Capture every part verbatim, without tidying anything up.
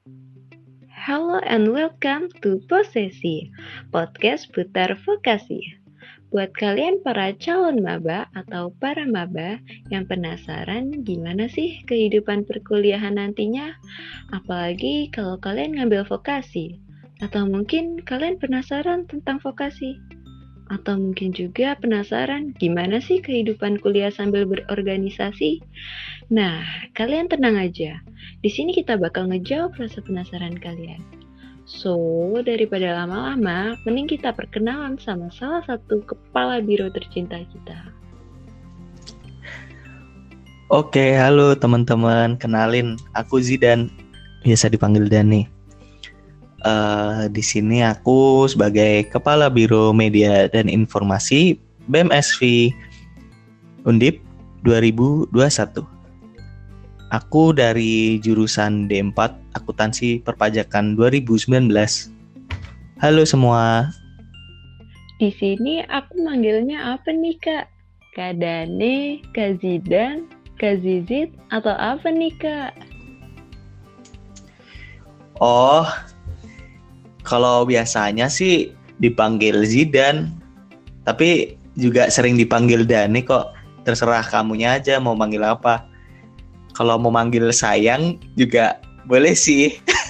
Hello and welcome to Posesi, podcast putar vokasi. Buat kalian para calon maba atau para maba yang penasaran gimana sih kehidupan perkuliahan nantinya, apalagi kalau kalian ngambil vokasi, atau mungkin kalian penasaran tentang vokasi. Atau mungkin juga penasaran gimana sih kehidupan kuliah sambil berorganisasi? Nah, kalian tenang aja. Di sini kita bakal ngejawab rasa penasaran kalian. So, daripada lama-lama, mending kita perkenalan sama salah satu kepala biro tercinta kita. Oke, halo teman-teman. Kenalin, aku Zidan, biasa dipanggil Dani. Uh, di sini aku sebagai Kepala Biro Media dan Informasi B E M S V Undip dua ribu dua puluh satu. Aku dari jurusan D empat Akuntansi Perpajakan dua ribu sembilan belas. Halo semua. Di sini aku manggilnya apa nih, Kak? Kak Dane, Kak Zidan, Kak Zizit, atau apa nih, Kak? Oh, kalau biasanya sih dipanggil Zidan, tapi juga sering dipanggil Dani kok. Terserah kamunya aja mau manggil apa. Kalau mau manggil sayang juga boleh sih.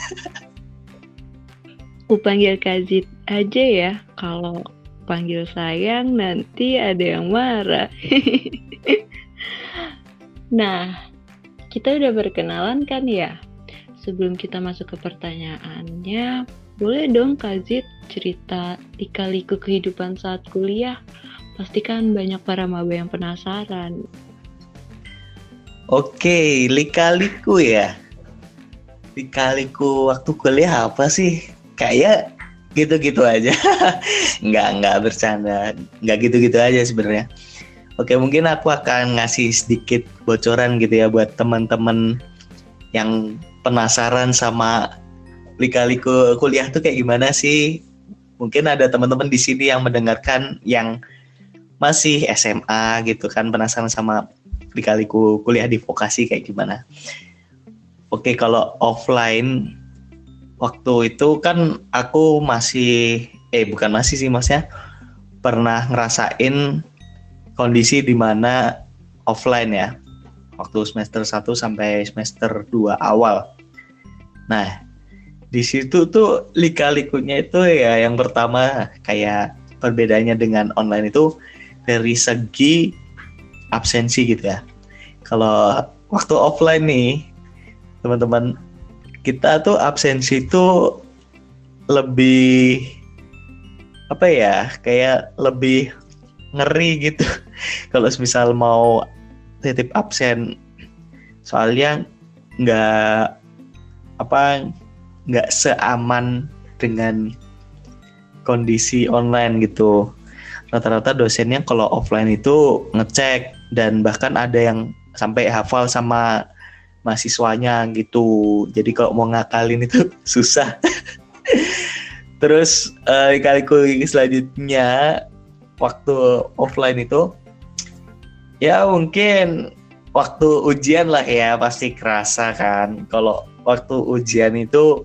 Aku panggil Kak Zid aja ya. Kalau panggil sayang nanti ada yang marah. Nah, kita udah berkenalan kan ya? Sebelum kita masuk ke pertanyaannya, boleh dong Kak Zid cerita lika-liku kehidupan saat kuliah? Pastikan banyak para maba yang penasaran. Oke, lika-liku ya. Lika-liku waktu kuliah apa sih? Kayak gitu-gitu aja. Nggak, nggak bercanda. Nggak gitu-gitu aja sebenarnya. Oke, mungkin aku akan ngasih sedikit bocoran gitu ya buat teman-teman yang penasaran sama lika-liku kuliah tuh kayak gimana sih? Mungkin ada teman-teman di sini yang mendengarkan yang masih S M A gitu kan, penasaran sama lika-liku kuliah di vokasi kayak gimana. Oke, kalau offline waktu itu kan aku masih eh bukan masih sih maksudnya pernah ngerasain kondisi di mana offline ya. Waktu semester satu sampai semester dua awal. Nah, di situ tuh lika-likunya itu ya yang pertama kayak perbedaannya dengan online itu dari segi absensi gitu ya. Kalau waktu offline nih, teman-teman, kita tuh absensi itu lebih apa ya, kayak lebih ngeri gitu. Kalau misal mau titip absen, soalnya nggak apa nggak seaman dengan kondisi online gitu. Rata-rata dosennya kalau offline itu ngecek dan bahkan ada yang sampai hafal sama mahasiswanya gitu. Jadi kalau mau ngakalin itu susah. Terus uh, kaliku selanjutnya waktu offline itu ya mungkin waktu ujian lah ya pasti kerasa kan. Kalau waktu ujian itu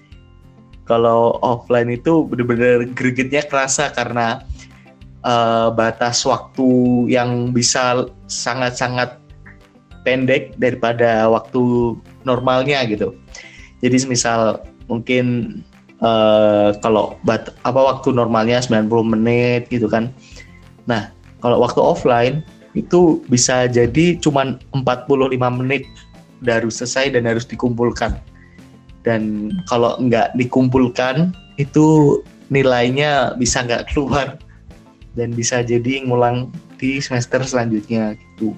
kalau offline itu benar-benar gregetnya kerasa karena uh, batas waktu yang bisa sangat-sangat pendek daripada waktu normalnya gitu. Jadi misal mungkin uh, kalau bat, apa waktu normalnya sembilan puluh menit gitu kan. Nah, kalau waktu offline itu bisa jadi cuma empat puluh lima menit harus selesai dan harus dikumpulkan. Dan kalau nggak dikumpulkan itu nilainya bisa nggak keluar dan bisa jadi ngulang di semester selanjutnya gitu.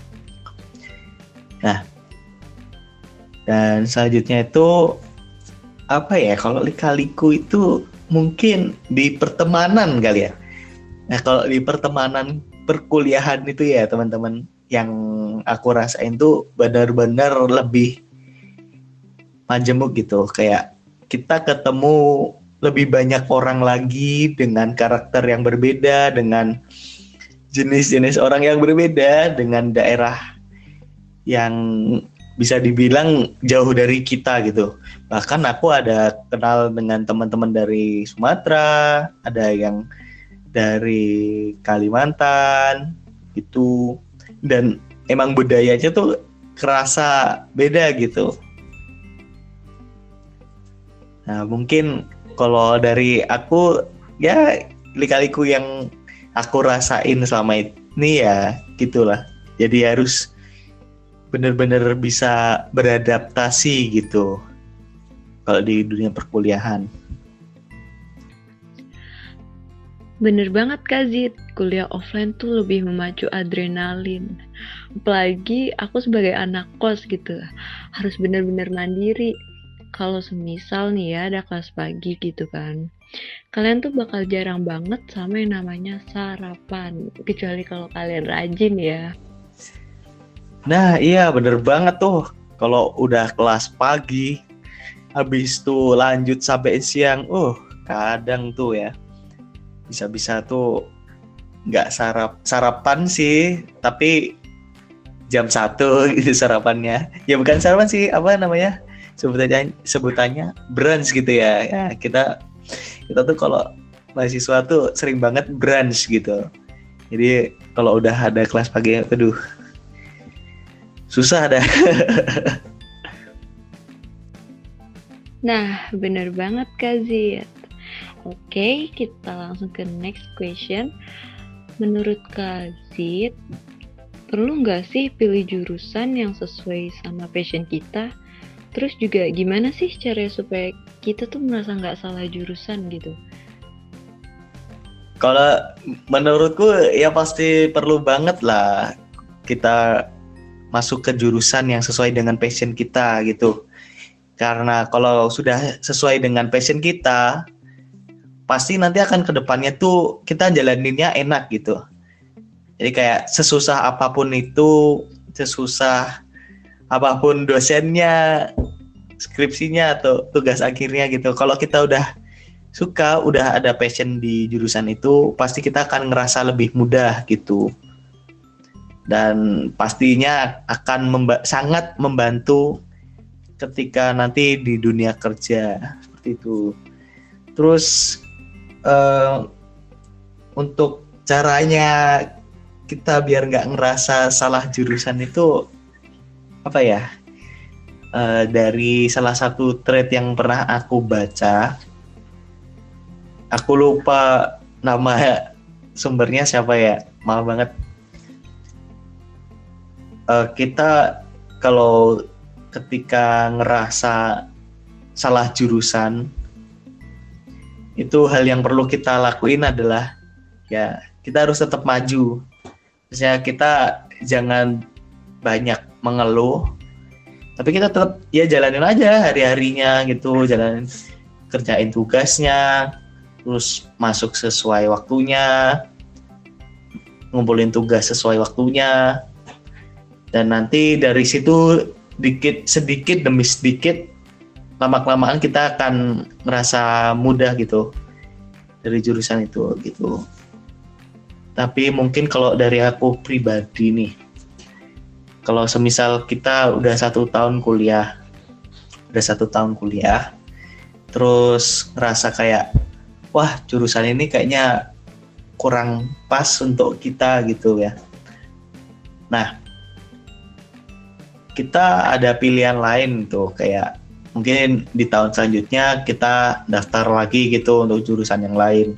Nah, dan selanjutnya itu apa ya, kalau lika-liku itu mungkin di pertemanan kali ya. Nah, kalau di pertemanan perkuliahan itu ya teman-teman, yang aku rasain tuh benar-benar lebih majemuk gitu. Kayak kita ketemu lebih banyak orang lagi dengan karakter yang berbeda, dengan jenis-jenis orang yang berbeda, dengan daerah yang bisa dibilang jauh dari kita gitu. Bahkan aku ada kenal dengan teman-teman dari Sumatera, ada yang dari Kalimantan gitu, dan emang budayanya tuh kerasa beda gitu. Nah mungkin kalau dari aku ya lika-liku yang aku rasain selama ini ya gitulah. Jadi harus benar-benar bisa beradaptasi gitu kalau di dunia perkuliahan. Bener banget Kak Zid, kuliah offline tuh lebih memacu adrenalin. Apalagi aku sebagai anak kos gitu, harus bener-bener mandiri. Kalau semisal nih ya ada kelas pagi gitu kan, kalian tuh bakal jarang banget sama yang namanya sarapan. Kecuali kalau kalian rajin ya. Nah iya bener banget tuh, kalau udah kelas pagi, habis tuh lanjut sampai siang, uh kadang tuh ya, bisa-bisa tuh nggak sarap sarapan sih, tapi jam satu gitu sarapannya. Ya bukan sarapan sih, apa namanya sebutannya sebutannya brunch gitu ya. Ya kita kita tuh kalau mahasiswa tuh sering banget brunch gitu. Jadi kalau udah ada kelas pagi, aduh susah dah. Nah, bener banget Kak Zid. Oke, kita langsung ke next question. Menurut Kak Zid, perlu nggak sih pilih jurusan yang sesuai sama passion kita? Terus juga gimana sih caranya supaya kita tuh merasa nggak salah jurusan gitu? Kalau menurutku ya pasti perlu banget lah kita masuk ke jurusan yang sesuai dengan passion kita gitu. Karena kalau sudah sesuai dengan passion kita, pasti nanti akan ke depannya tuh kita jalaninnya enak gitu. Jadi kayak sesusah apapun itu, sesusah apapun dosennya, skripsinya atau tugas akhirnya gitu. Kalau kita udah suka, udah ada passion di jurusan itu, pasti kita akan ngerasa lebih mudah gitu. Dan pastinya akan memba- sangat membantu ketika nanti di dunia kerja seperti itu. Terus uh, untuk caranya kita biar nggak ngerasa salah jurusan itu apa ya? Uh, dari salah satu thread yang pernah aku baca, aku lupa nama sumbernya siapa ya, maaf banget. Uh, kita kalau ketika ngerasa salah jurusan, itu hal yang perlu kita lakuin adalah ya kita harus tetap maju. Misalnya kita jangan banyak mengeluh, tapi kita tetap ya jalanin aja hari-harinya gitu, jalanin, kerjain tugasnya, terus masuk sesuai waktunya, ngumpulin tugas sesuai waktunya, dan nanti dari situ dikit sedikit demi sedikit, lama-kelamaan kita akan merasa mudah gitu dari jurusan itu gitu. Tapi mungkin kalau dari aku pribadi nih, kalau semisal kita udah satu tahun kuliah, udah satu tahun kuliah, terus ngerasa kayak, wah jurusan ini kayaknya kurang pas untuk kita gitu ya. Nah, kita ada pilihan lain tuh, kayak mungkin di tahun selanjutnya kita daftar lagi gitu untuk jurusan yang lain.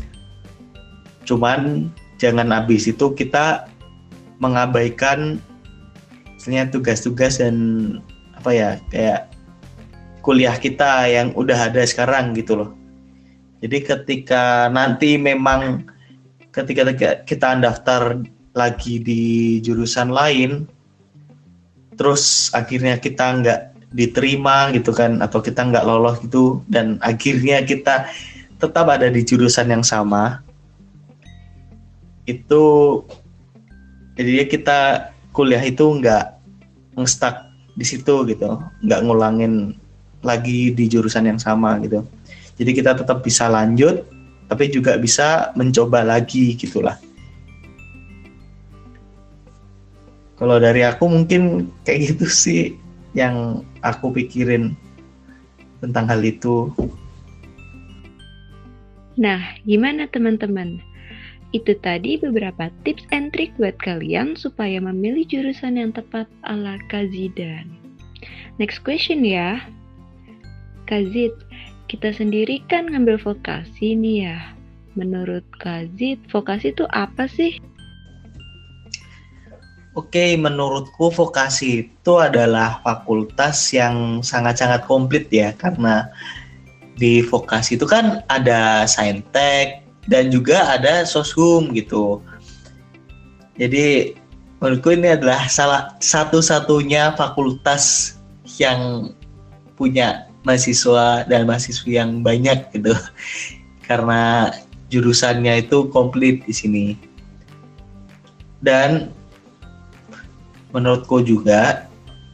Cuman jangan habis itu kita mengabaikan misalnya tugas-tugas dan apa ya, kayak kuliah kita yang udah ada sekarang gitu loh. Jadi ketika nanti memang ketika kita daftar lagi di jurusan lain, terus akhirnya kita nggak diterima gitu kan, atau kita nggak lolos gitu, dan akhirnya kita tetap ada di jurusan yang sama, itu jadinya kita kuliah itu nggak nge-stuck di situ gitu, nggak ngulangin lagi di jurusan yang sama gitu. Jadi kita tetap bisa lanjut, tapi juga bisa mencoba lagi gitulah. Kalau dari aku mungkin kayak gitu sih. yang aku pikirin tentang hal itu. Nah, gimana teman-teman? Itu tadi beberapa tips and trick buat kalian supaya memilih jurusan yang tepat ala Kak Zidan. Next question ya. Kak Zid, kita sendiri kan ngambil vokasi nih ya. Menurut Kak Zid, vokasi itu apa sih? Oke, menurutku vokasi itu adalah fakultas yang sangat-sangat komplit ya. Karena di vokasi itu kan ada saintek dan juga ada soshum gitu. Jadi menurutku ini adalah salah satu-satunya fakultas yang punya mahasiswa dan mahasiswi yang banyak gitu. Karena jurusannya itu komplit di sini. Dan menurutku juga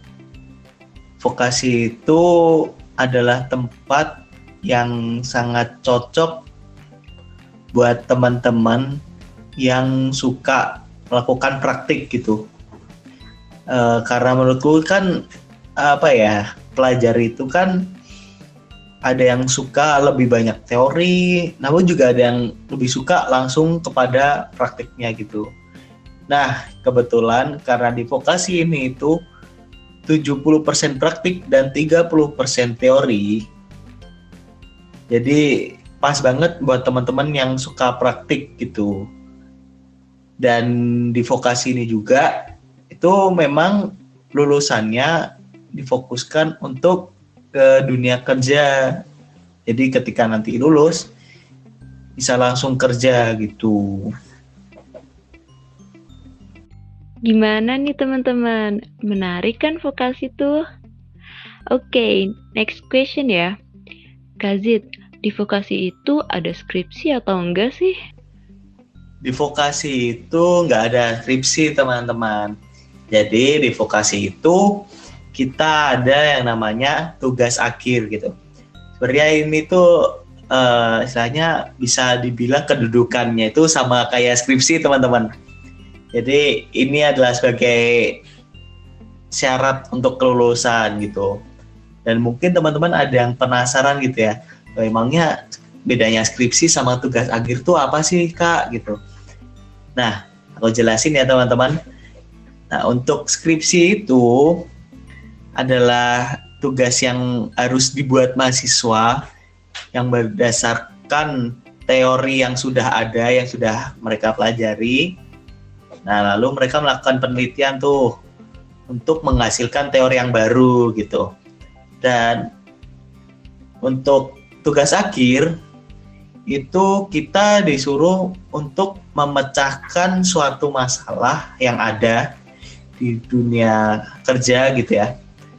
vokasi itu adalah tempat yang sangat cocok buat teman-teman yang suka melakukan praktik gitu. E, karena menurutku kan apa ya, pelajar itu kan ada yang suka lebih banyak teori, namun juga ada yang lebih suka langsung kepada praktiknya gitu. Nah, kebetulan karena di vokasi ini itu tujuh puluh persen praktik dan tiga puluh persen teori. Jadi pas banget buat teman-teman yang suka praktik gitu. Dan di vokasi ini juga itu memang lulusannya difokuskan untuk ke dunia kerja. Jadi ketika nanti lulus bisa langsung kerja gitu. Gimana nih teman-teman? Menarik kan vokasi tuh? Oke, okay, next question ya. Kak Zid, di vokasi itu ada skripsi atau enggak sih? Di vokasi itu nggak ada skripsi teman-teman. Jadi di vokasi itu kita ada yang namanya tugas akhir gitu. Sebenarnya ini tuh uh, istilahnya bisa dibilang kedudukannya itu sama kayak skripsi teman-teman. Jadi ini adalah sebagai syarat untuk kelulusan gitu. Dan mungkin teman-teman ada yang penasaran gitu ya, emangnya bedanya skripsi sama tugas akhir tuh apa sih Kak gitu. Nah, aku jelasin ya teman-teman. Nah, untuk skripsi itu adalah tugas yang harus dibuat mahasiswa yang berdasarkan teori yang sudah ada, yang sudah mereka pelajari. Nah, lalu mereka melakukan penelitian tuh untuk menghasilkan teori yang baru gitu. Dan untuk tugas akhir itu kita disuruh untuk memecahkan suatu masalah yang ada di dunia kerja gitu ya.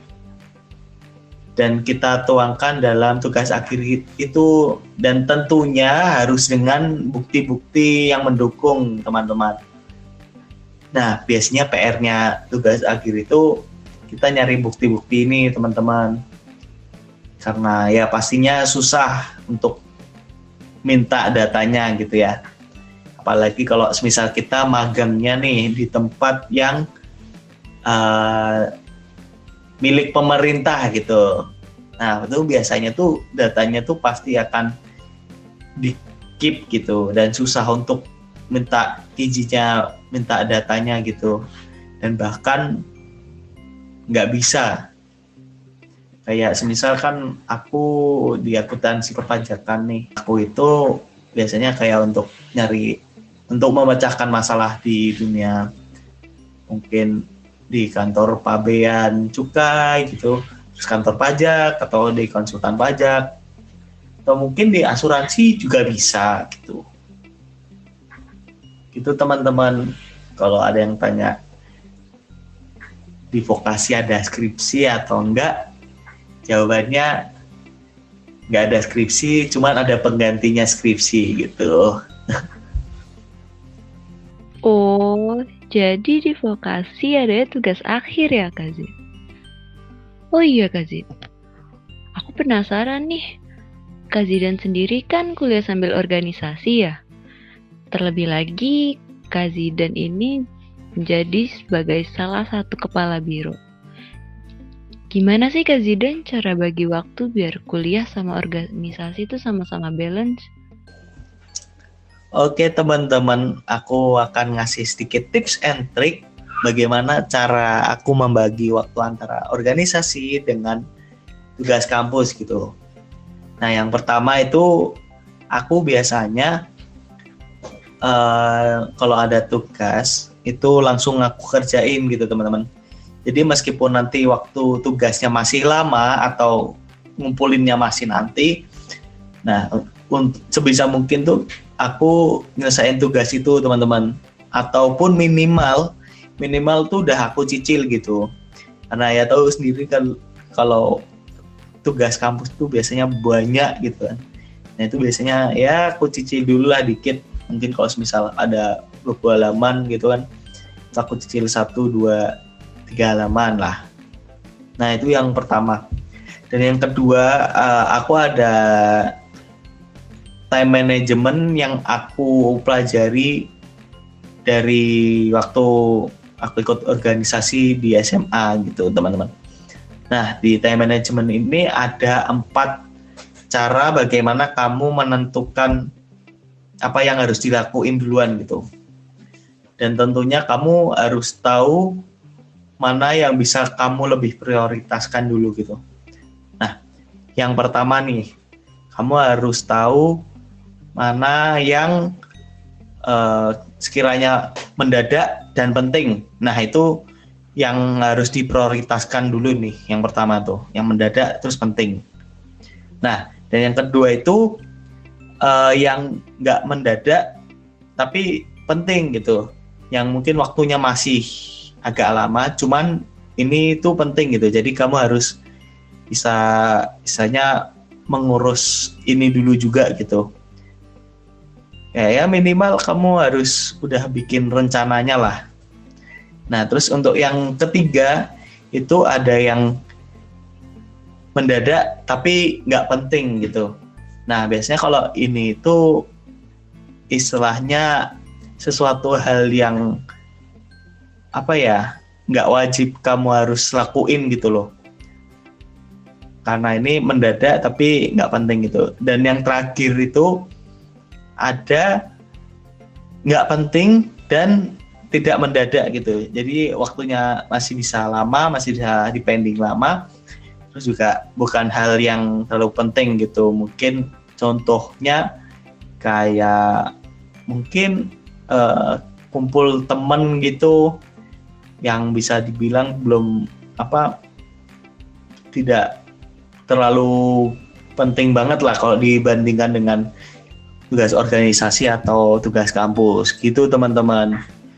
Dan kita tuangkan dalam tugas akhir itu, dan tentunya harus dengan bukti-bukti yang mendukung teman-teman. Nah, biasanya P R-nya tugas akhir itu kita nyari bukti-bukti ini teman-teman. Karena ya pastinya susah untuk minta datanya gitu ya. Apalagi kalau misal kita magangnya nih di tempat yang uh, milik pemerintah gitu. Nah, itu biasanya tuh datanya tuh pasti akan di-keep gitu dan susah untuk minta izinnya, minta datanya gitu. Dan bahkan nggak bisa. Kayak semisal kan aku di akuntansi perpajakan nih. Aku itu biasanya kayak untuk nyari, untuk memecahkan masalah di dunia mungkin di kantor pabean cukai gitu, terus kantor pajak atau di konsultan pajak, atau mungkin di asuransi juga bisa gitu. Gitu teman-teman. Kalau ada yang tanya di vokasi ada skripsi atau enggak, jawabannya enggak ada skripsi, cuman ada penggantinya skripsi gitu. Oh, jadi di vokasi ada tugas akhir ya Kak Zid? Oh iya Kak Zid, aku penasaran nih, Kak Zidan sendiri kan kuliah sambil organisasi ya? Terlebih lagi Kak Zidan ini menjadi sebagai salah satu kepala biro. Gimana sih Kak Zidan cara bagi waktu biar kuliah sama organisasi itu sama-sama balance? Oke teman-teman, aku akan ngasih sedikit tips and trick bagaimana cara aku membagi waktu antara organisasi dengan tugas kampus gitu. Nah yang pertama itu aku biasanya uh, kalau ada tugas itu langsung aku kerjain gitu teman-teman. Jadi meskipun nanti waktu tugasnya masih lama atau ngumpulinnya masih nanti, nah sebisa mungkin tuh aku nyelesain tugas itu teman-teman. Ataupun minimal, minimal tuh udah aku cicil gitu. Karena ya tahu sendiri kan kalau tugas kampus tuh biasanya banyak gitu kan. Nah itu biasanya ya aku cicil dulu lah dikit. Mungkin kalau misal ada dua puluh halaman gitu kan, aku cicil satu, dua, tiga halaman lah. Nah itu yang pertama. Dan yang kedua, uh, aku ada time management yang aku pelajari dari waktu aku ikut organisasi di S M A gitu teman-teman. Nah di time management ini ada empat cara bagaimana kamu menentukan apa yang harus dilakuin duluan gitu. Dan tentunya kamu harus tahu mana yang bisa kamu lebih prioritaskan dulu gitu. Nah, yang pertama nih, kamu harus tahu mana yang uh, sekiranya mendadak dan penting. Nah, itu yang harus diprioritaskan dulu nih, yang pertama tuh, yang mendadak terus penting. Nah, dan yang kedua itu uh, yang nggak mendadak tapi penting gitu, yang mungkin waktunya masih agak lama, cuman ini tuh penting gitu. Jadi kamu harus bisa misalnya mengurus ini dulu juga gitu. Ya, ya minimal kamu harus udah bikin rencananya lah. Nah, terus untuk yang ketiga itu ada yang mendadak tapi nggak penting gitu. Nah, biasanya kalau ini itu istilahnya sesuatu hal yang apa ya, nggak wajib kamu harus lakuin gitu loh, karena ini mendadak tapi nggak penting gitu. Dan yang terakhir itu ada nggak penting dan tidak mendadak gitu, jadi waktunya masih bisa lama, masih bisa dipending lama, terus juga bukan hal yang terlalu penting gitu. Mungkin contohnya kayak mungkin uh, kumpul temen gitu, yang bisa dibilang belum apa tidak terlalu penting banget lah kalau dibandingkan dengan tugas organisasi atau tugas kampus gitu teman-teman.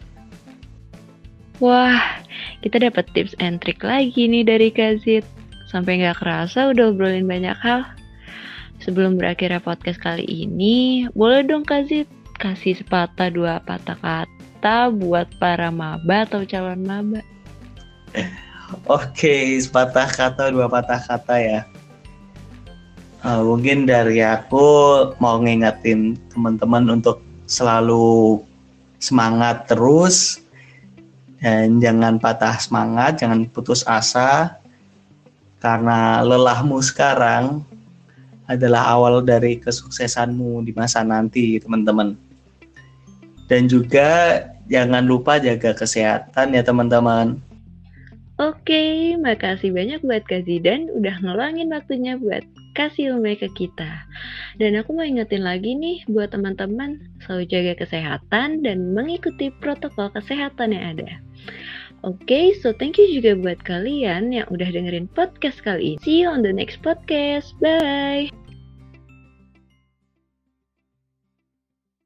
Wah, kita dapat tips and trick lagi nih dari Kak Zid. Sampai nggak kerasa udah obrolin banyak hal. Sebelum berakhirnya podcast kali ini, boleh dong Kak Zid kasih sepatah dua patah kata buat para maba atau calon maba. Oke, sepatah kata dua patah kata ya. Uh, mungkin dari aku mau ngingetin teman-teman untuk selalu semangat terus dan jangan patah semangat, jangan putus asa, karena lelahmu sekarang adalah awal dari kesuksesanmu di masa nanti teman-teman. Dan juga jangan lupa jaga kesehatan ya teman-teman. Oke, makasih banyak buat Kak Zidan udah ngeluangin waktunya buat kasih ilmu ke kita. Dan aku mau ingetin lagi nih buat teman-teman, selalu jaga kesehatan dan mengikuti protokol kesehatan yang ada. Oke, so thank you juga buat kalian yang udah dengerin podcast kali ini. See you on the next podcast. Bye!